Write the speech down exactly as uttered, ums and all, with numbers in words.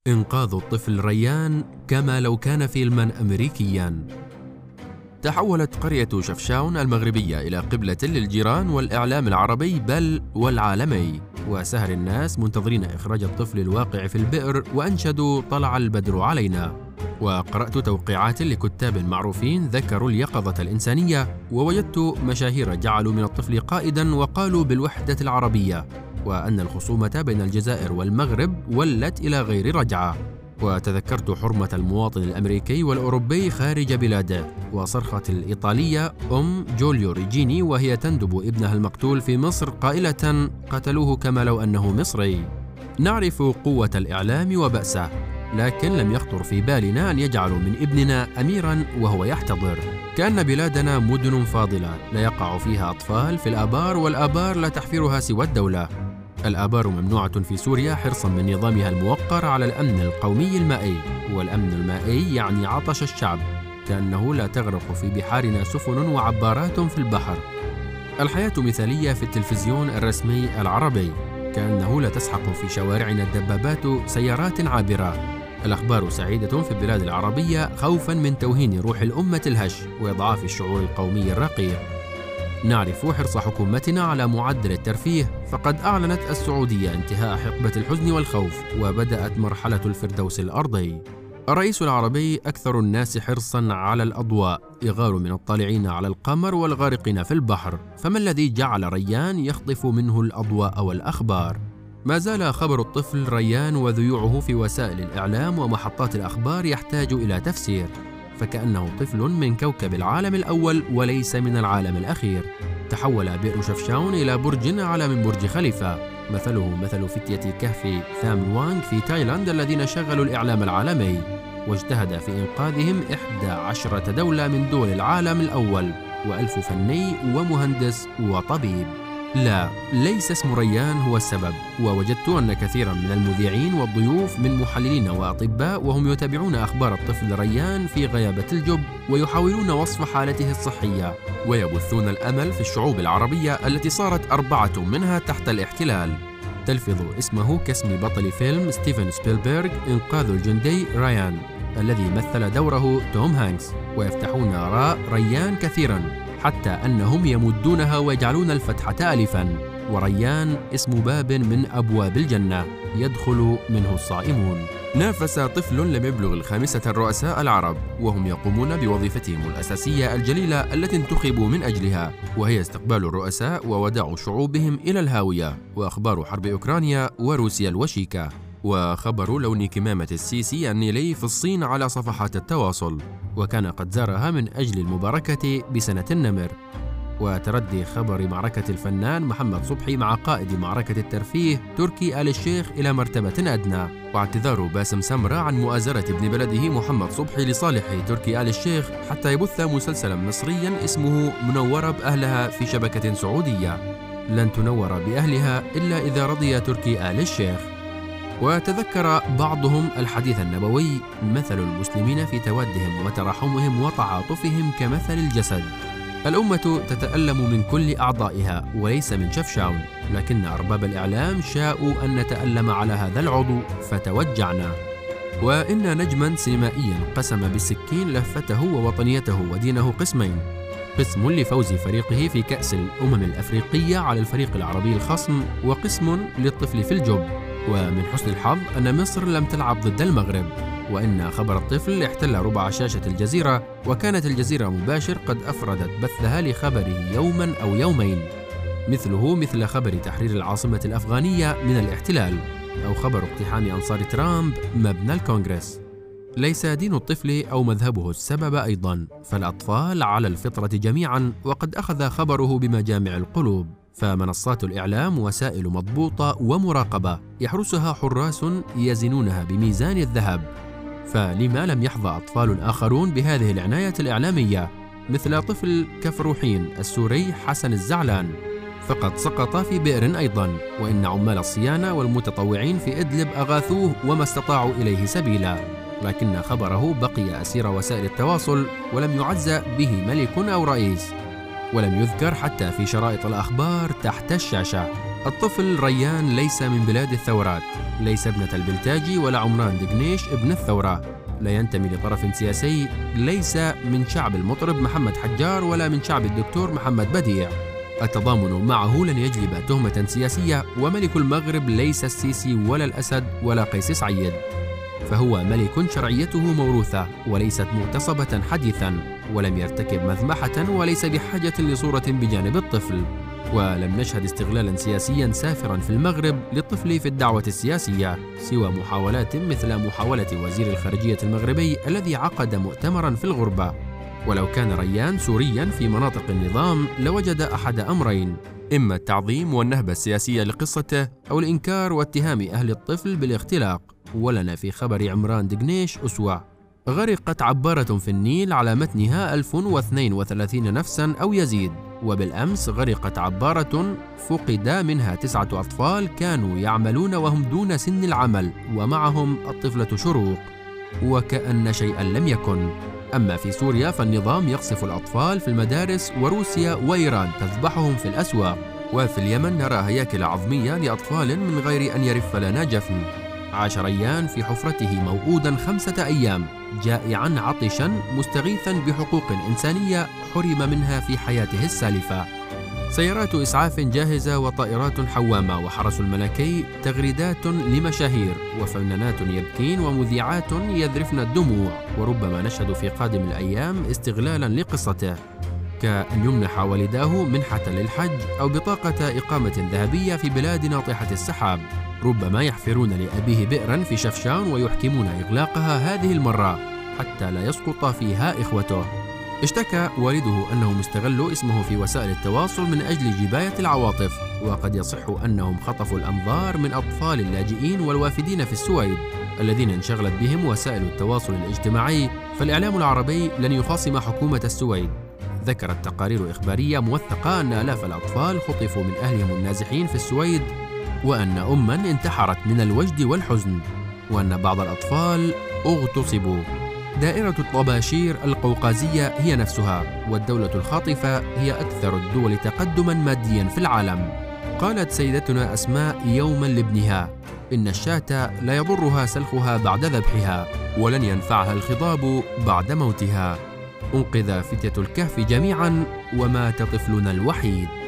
إنقاذ الطفل ريان كما لو كان فيلما أمريكيا. تحولت قرية شفشاون المغربية إلى قبلة للجيران والإعلام العربي بل والعالمي، وسهر الناس منتظرين إخراج الطفل الواقع في البئر وأنشدوا طلع البدر علينا. وقرأت توقيعات لكتاب معروفين ذكروا اليقظة الإنسانية، ووجدت مشاهير جعلوا من الطفل قائدا وقالوا بالوحدة العربية، وأن الخصومة بين الجزائر والمغرب ولت إلى غير رجعة. وتذكرت حرمة المواطن الأمريكي والأوروبي خارج بلاده، وصرخة الإيطالية أم جوليو ريجيني وهي تندب ابنها المقتول في مصر قائلة قتلوه كما لو أنه مصري. نعرف قوة الإعلام وبأسه، لكن لم يخطر في بالنا أن يجعلوا من ابننا أميراً وهو يحتضر. كأن بلادنا مدن فاضلة لا يقع فيها أطفال في الآبار، والآبار لا تحفرها سوى الدولة. الآبار ممنوعة في سوريا حرصاً من نظامها الموقر على الأمن القومي المائي، والأمن المائي يعني عطش الشعب، كأنه لا تغرق في بحارنا سفن وعبارات في البحر. الحياة مثالية في التلفزيون الرسمي العربي، كأنه لا تسحق في شوارعنا الدبابات سيارات عابرة. الأخبار سعيدة في البلاد العربية خوفاً من توهين روح الأمة الهش وإضعاف الشعور القومي الرقيق. نعرف حرص حكومتنا على معدل الترفيه، فقد أعلنت السعودية انتهاء حقبة الحزن والخوف وبدأت مرحلة الفردوس الأرضي. الرئيس العربي أكثر الناس حرصاً على الأضواء، يغار من الطالعين على القمر والغارقين في البحر، فما الذي جعل ريان يخطف منه الأضواء والأخبار؟ ما زال خبر الطفل ريان وذيوعه في وسائل الإعلام ومحطات الأخبار يحتاج إلى تفسير، فكأنه طفل من كوكب العالم الأول وليس من العالم الأخير. تحول بئر شفشاون إلى برج أعلى من برج خليفة، مثله مثل فتية كهف ثام وانغ في تايلاند الذين شغلوا الإعلام العالمي، واجتهد في إنقاذهم إحدى عشرة دولة من دول العالم الأول، وألف فني ومهندس وطبيب. لا، ليس اسم ريان هو السبب، ووجدت أن كثيرا من المذيعين والضيوف من محللين وأطباء وهم يتابعون أخبار الطفل ريان في غيابة الجب ويحاولون وصف حالته الصحية، ويبثون الأمل في الشعوب العربية التي صارت أربعة منها تحت الاحتلال. تلفظ اسمه كاسم بطل فيلم ستيفن سبيلبرغ إنقاذ الجندي ريان الذي مثل دوره توم هانكس، ويفتحون راء ريان كثيرا حتى أنهم يمدونها ويجعلون الفتحة ألفاً. وريان اسم باب من أبواب الجنة يدخل منه الصائمون. نافس طفل لم يبلغ الخامسة الرؤساء العرب، وهم يقومون بوظيفتهم الأساسية الجليلة التي انتخبوا من أجلها، وهي استقبال الرؤساء ووداع شعوبهم إلى الهاوية، وأخبار حرب أوكرانيا وروسيا الوشيكة، وخبر لون كمامة السيسي النيلي في الصين على صفحات التواصل، وكان قد زارها من أجل المباركة بسنة النمر. وتردي خبر معركة الفنان محمد صبحي مع قائد معركة الترفيه تركي آل الشيخ إلى مرتبة أدنى، واعتذار باسم سمرة عن مؤازرة ابن بلده محمد صبحي لصالح تركي آل الشيخ حتى يبث مسلسلا مصريا اسمه منورة بأهلها في شبكة سعودية. لن تنور بأهلها إلا إذا رضي تركي آل الشيخ. وتذكر بعضهم الحديث النبوي: مثل المسلمين في تودهم وترحمهم وتعاطفهم كمثل الجسد. الأمة تتألم من كل أعضائها وليس من شفشاون، لكن أرباب الإعلام شاءوا أن نتألم على هذا العضو فتوجعنا. وإن نجما سينمائيا قسم بالسكين لفته ووطنيته ودينه قسمين: قسم لفوز فريقه في كأس الأمم الأفريقية على الفريق العربي الخصم، وقسم للطفل في الجب. ومن حسن الحظ أن مصر لم تلعب ضد المغرب، وإن خبر الطفل احتل ربع شاشة الجزيرة، وكانت الجزيرة مباشر قد أفردت بثها لخبره يوما أو يومين، مثله مثل خبر تحرير العاصمة الأفغانية من الاحتلال، أو خبر اقتحام أنصار ترامب مبنى الكونغرس. ليس دين الطفل أو مذهبه السبب أيضا، فالأطفال على الفطرة جميعا، وقد أخذ خبره بمجامع القلوب. فمنصات الإعلام وسائل مضبوطة ومراقبة يحرسها حراس يزنونها بميزان الذهب، فلما لم يحظى أطفال آخرون بهذه العناية الإعلامية مثل طفل كفروحين السوري حسن الزعلان، فقد سقط في بئر أيضا، وإن عمال الصيانة والمتطوعين في إدلب أغاثوه وما استطاعوا إليه سبيلا، لكن خبره بقي أسير وسائل التواصل ولم يعزى به ملك أو رئيس، ولم يذكر حتى في شرائط الأخبار تحت الشاشة. الطفل ريان ليس من بلاد الثورات، ليس ابنة البلتاجي ولا عمران دقنيش ابن الثورة، لا ينتمي لطرف سياسي، ليس من شعب المطرب محمد حجار ولا من شعب الدكتور محمد بديع. التضامن معه لن يجلب تهمة سياسية، وملك المغرب ليس السيسي ولا الأسد ولا قيس سعيد، فهو ملك شرعيته موروثة وليست مغتصبة حديثا، ولم يرتكب مذبحة وليس بحاجة لصورة بجانب الطفل. ولم نشهد استغلالا سياسيا سافرا في المغرب للطفل في الدعوة السياسية، سوى محاولات مثل محاولة وزير الخارجية المغربي الذي عقد مؤتمرا في الغربة. ولو كان ريان سوريا في مناطق النظام لوجد أحد أمرين: إما التعظيم والنهبة السياسية لقصته، أو الإنكار واتهام أهل الطفل بالاختلاق. ولنا في خبر عمران دقنيش أسوة. غرقت عبارة في النيل على متنها ألف واثنين وثلاثين نفسا أو يزيد، وبالأمس غرقت عبارة فقد منها تسعة أطفال كانوا يعملون وهم دون سن العمل، ومعهم الطفلة شروق، وكأن شيئا لم يكن. أما في سوريا فالنظام يقصف الأطفال في المدارس، وروسيا وإيران تذبحهم في الأسواق، وفي اليمن نرى هياكل عظمية لأطفال من غير أن يرف لنا جفن. عاش ريان في حفرته موؤودا خمسة أيام، جائعا عطشا مستغيثا بحقوق إنسانية حرم منها في حياته السالفة. سيارات إسعاف جاهزة وطائرات حوامة وحرس الملكي، تغريدات لمشاهير وفنانات يبكين ومذيعات يذرفن الدموع، وربما نشهد في قادم الأيام استغلالا لقصته، كأن يمنح والداه منحة للحج أو بطاقة إقامة ذهبية في بلاد ناطحة السحاب. ربما يحفرون لأبيه بئرا في شفشاون ويحكمون إغلاقها هذه المرة حتى لا يسقط فيها إخوته. اشتكى والده أنهم استغلوا اسمه في وسائل التواصل من أجل جباية العواطف، وقد يصح أنهم خطفوا الأنظار من أطفال اللاجئين والوافدين في السويد الذين انشغلت بهم وسائل التواصل الاجتماعي، فالإعلام العربي لن يخاصم حكومة السويد. ذكرت تقارير إخبارية موثقة أن آلاف الأطفال خطفوا من أهلهم النازحين في السويد، وأن أماً انتحرت من الوجد والحزن، وأن بعض الأطفال اغتصبوا. دائرة الطباشير القوقازية هي نفسها، والدولة الخاطفة هي أكثر الدول تقدماً مادياً في العالم. قالت سيدتنا أسماء يوماً لابنها: إن الشاة لا يضرها سلخها بعد ذبحها، ولن ينفعها الخضاب بعد موتها. أنقذ فتية الكهف جميعاً ومات طفلنا الوحيد.